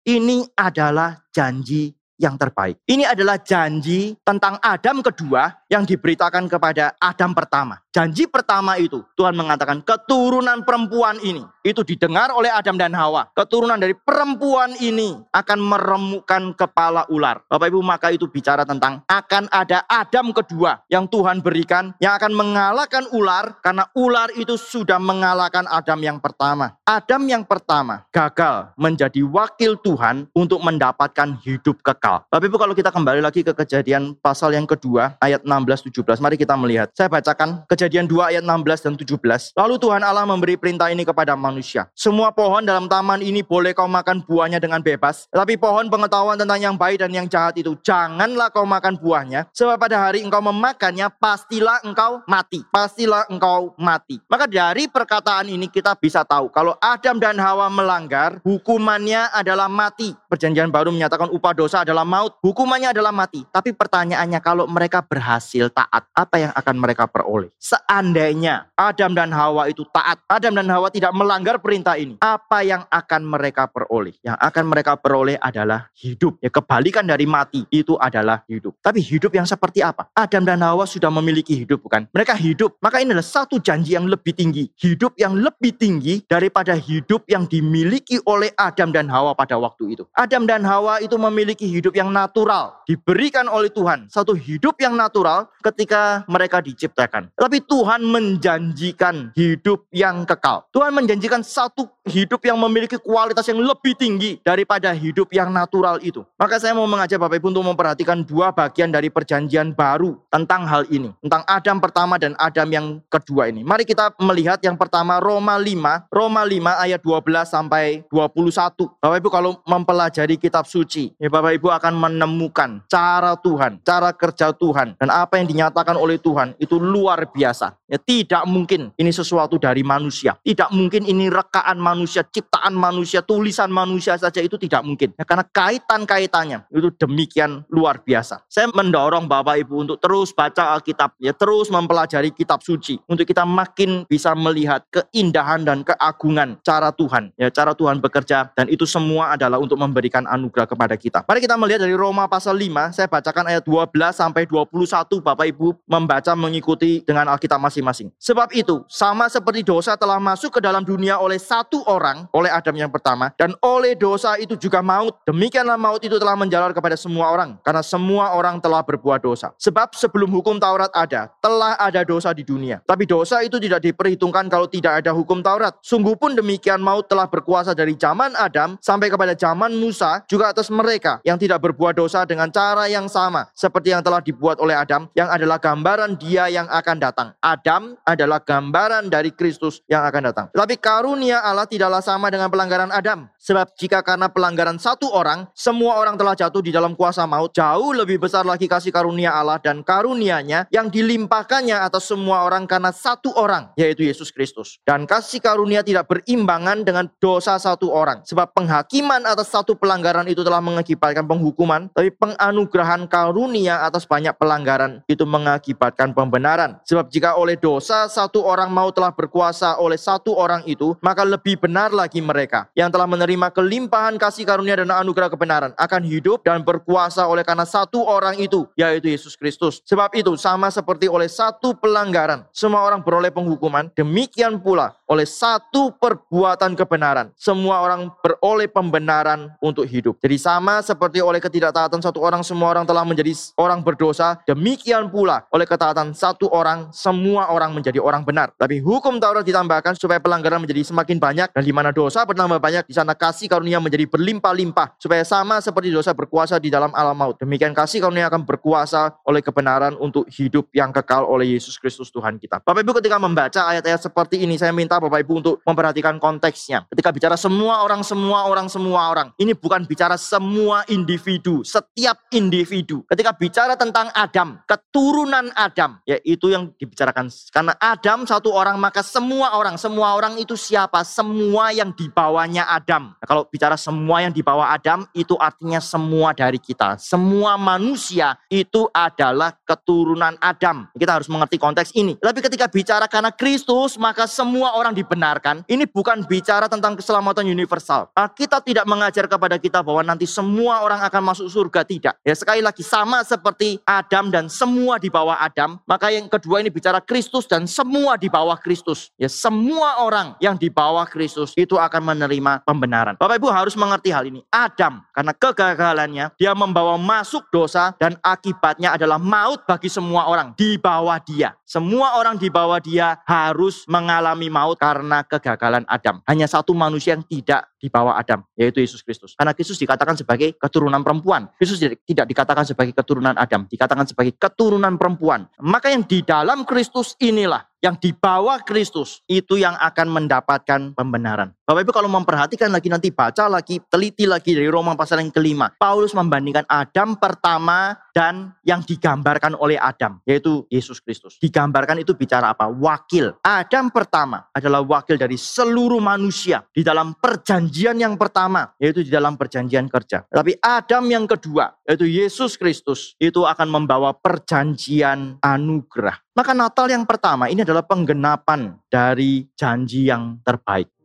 Ini adalah janji yang terbaik. Ini adalah janji tentang Adam kedua yang diberitakan kepada Adam pertama. Janji pertama itu, Tuhan mengatakan keturunan perempuan ini, itu didengar oleh Adam dan Hawa. Keturunan dari perempuan ini akan meremukkan kepala ular. Bapak Ibu, maka itu bicara tentang akan ada Adam kedua yang Tuhan berikan, yang akan mengalahkan ular, karena ular itu sudah mengalahkan Adam yang pertama. Adam yang pertama gagal menjadi wakil Tuhan untuk mendapatkan hidup kekal. Bapak Ibu, kalau kita kembali lagi ke Kejadian pasal yang kedua, ayat 16-17, mari kita melihat. Saya bacakan Kejadian 2 ayat 16 dan 17. Lalu Tuhan Allah memberi perintah ini kepada manusia. Semua pohon dalam taman ini boleh kau makan buahnya dengan bebas. Tetapi pohon pengetahuan tentang yang baik dan yang jahat itu, janganlah kau makan buahnya. Sebab pada hari engkau memakannya, pastilah engkau mati. Pastilah engkau mati. Maka dari perkataan ini kita bisa tahu, kalau Adam dan Hawa melanggar, hukumannya adalah mati. Perjanjian baru menyatakan upah dosa adalah maut. Hukumannya adalah mati. Tapi pertanyaannya, kalau mereka berhasil taat, apa yang akan mereka peroleh? Seandainya Adam dan Hawa itu taat, Adam dan Hawa tidak melanggar perintah ini, apa yang akan mereka peroleh? Yang akan mereka peroleh adalah hidup. Ya, kebalikan dari mati itu adalah hidup. Tapi hidup yang seperti apa? Adam dan Hawa sudah memiliki hidup, bukan? Mereka hidup. Maka ini adalah satu janji yang lebih tinggi. Hidup yang lebih tinggi daripada hidup yang dimiliki oleh Adam dan Hawa pada waktu itu. Adam dan Hawa itu memiliki hidup yang natural, diberikan oleh Tuhan. Satu hidup yang natural ketika mereka diciptakan. Tapi Tuhan menjanjikan hidup yang kekal. Tuhan menjanjikan satu hidup yang memiliki kualitas yang lebih tinggi daripada hidup yang natural itu. Maka saya mau mengajak Bapak Ibu untuk memperhatikan dua bagian dari perjanjian baru tentang hal ini. Tentang Adam pertama dan Adam yang kedua ini. Mari kita melihat yang pertama, Roma 5 ayat 12 sampai 21. Bapak Ibu kalau mempelajari kitab suci, ya Bapak Ibu akan menemukan cara Tuhan, cara kerja Tuhan, dan apa yang dinyatakan oleh Tuhan itu luar biasa. Ya, tidak mungkin ini sesuatu dari manusia. Tidak mungkin ini rekaan manusia, ciptaan manusia, tulisan manusia saja, itu tidak mungkin. Ya, karena kaitan-kaitannya itu demikian luar biasa. Saya mendorong Bapak Ibu untuk terus baca Alkitab, ya, terus mempelajari kitab suci, untuk kita makin bisa melihat keindahan dan keagungan cara Tuhan. Ya, cara Tuhan bekerja, dan itu semua adalah untuk memberikan anugerah kepada kita. Mari kita melihat dari Roma pasal 5, saya bacakan ayat 12 sampai 21. Bapak Ibu membaca mengikuti dengan Alkitab masing-masing. Sebab itu, sama seperti dosa telah masuk ke dalam dunia oleh satu orang, oleh Adam yang pertama, dan oleh dosa itu juga maut. Demikianlah maut itu telah menjalar kepada semua orang, karena semua orang telah berbuat dosa. Sebab sebelum hukum Taurat ada, telah ada dosa di dunia. Tapi dosa itu tidak diperhitungkan kalau tidak ada hukum Taurat. Sungguh pun demikian, maut telah berkuasa dari zaman Adam sampai kepada zaman Musa, juga atas mereka yang tidak berbuat dosa dengan cara yang sama seperti yang telah dibuat oleh Adam, yang adalah gambaran Dia yang akan datang. Adam adalah gambaran dari Kristus yang akan datang. Tetapi karunia Allah tidaklah sama dengan pelanggaran Adam. Sebab jika karena pelanggaran satu orang, semua orang telah jatuh di dalam kuasa maut, jauh lebih besar lagi kasih karunia Allah dan karunianya yang dilimpahkannya atas semua orang karena satu orang, yaitu Yesus Kristus. Dan kasih karunia tidak berimbangan dengan dosa satu orang. Sebab penghakiman atas satu pelanggaran itu telah mengakibatkan penghukuman, tapi penganugerahan karunia atas banyak pelanggaran itu mengakibatkan pembenaran. Sebab jika oleh dosa satu orang maut telah berkuasa oleh satu orang itu, maka lebih benar lagi mereka yang telah menerima kelimpahan kasih karunia dan anugerah kebenaran akan hidup dan berkuasa oleh karena satu orang itu, yaitu Yesus Kristus. Sebab itu sama seperti oleh satu pelanggaran semua orang beroleh penghukuman, demikian pula oleh satu perbuatan kebenaran semua orang beroleh pembenaran untuk hidup. Jadi sama seperti oleh ketidaktaatan satu orang semua orang telah menjadi orang berdosa, demikian pula oleh ketaatan satu orang semua orang menjadi orang benar. Tapi hukum Taurat ditambahkan supaya pelanggaran menjadi semakin banyak, dan di mana dosa bertambah banyak, di sana kasih karunia menjadi berlimpah-limpah, supaya sama seperti dosa berkuasa di dalam alam maut, demikian kasih karunia akan berkuasa oleh kebenaran untuk hidup yang kekal oleh Yesus Kristus Tuhan kita. Bapak Ibu ketika membaca ayat-ayat seperti ini, saya minta Bapak Ibu untuk memperhatikan konteksnya. Ketika bicara semua orang, ini bukan bicara semua individu, setiap individu. Ketika bicara tentang Adam, keturunan Adam, yaitu yang dibicarakan. Karena Adam satu orang, maka semua orang itu siapa? Semua yang dibawanya Adam. Nah, kalau bicara semua yang dibawa Adam, itu artinya semua dari kita. Semua manusia itu adalah keturunan Adam. Kita harus mengerti konteks ini. Tapi ketika bicara karena Kristus, maka semua orang dibenarkan, ini bukan bicara tentang keselamatan universal. Alkitab tidak mengajar kepada kita bahwa nanti semua orang akan masuk surga, tidak. Ya, sekali lagi sama seperti Adam dan semua di bawah Adam. Maka yang kedua ini bicara Kristus dan semua di bawah Kristus. Ya, semua orang yang di bawah Kristus itu akan menerima pembenaran. Bapak Ibu harus mengerti hal ini. Adam, karena kegagalannya, dia membawa masuk dosa dan akibatnya adalah maut bagi semua orang di bawah dia. Semua orang di bawah dia harus mengalami maut karena kegagalan Adam. Hanya satu manusia yang tidak di bawah Adam, yaitu Yesus Kristus. Karena Kristus dikatakan sebagai keturunan perempuan. Kristus tidak dikatakan sebagai keturunan Adam, dikatakan sebagai keturunan perempuan. Maka yang di dalam Kristus inilah, yang di bawah Kristus, itu yang akan mendapatkan pembenaran. Bapak Ibu kalau memperhatikan lagi, nanti baca lagi, teliti lagi dari Roma pasal yang kelima. Paulus membandingkan Adam pertama dan yang digambarkan oleh Adam, yaitu Yesus Kristus. Digambarkan itu bicara apa? Wakil. Adam pertama adalah wakil dari seluruh manusia di dalam perjanjian yang pertama, yaitu di dalam perjanjian kerja. Tapi Adam yang kedua, yaitu Yesus Kristus, itu akan membawa perjanjian anugerah. Maka Natal yang pertama ini adalah penggenapan dari janji yang terbaik.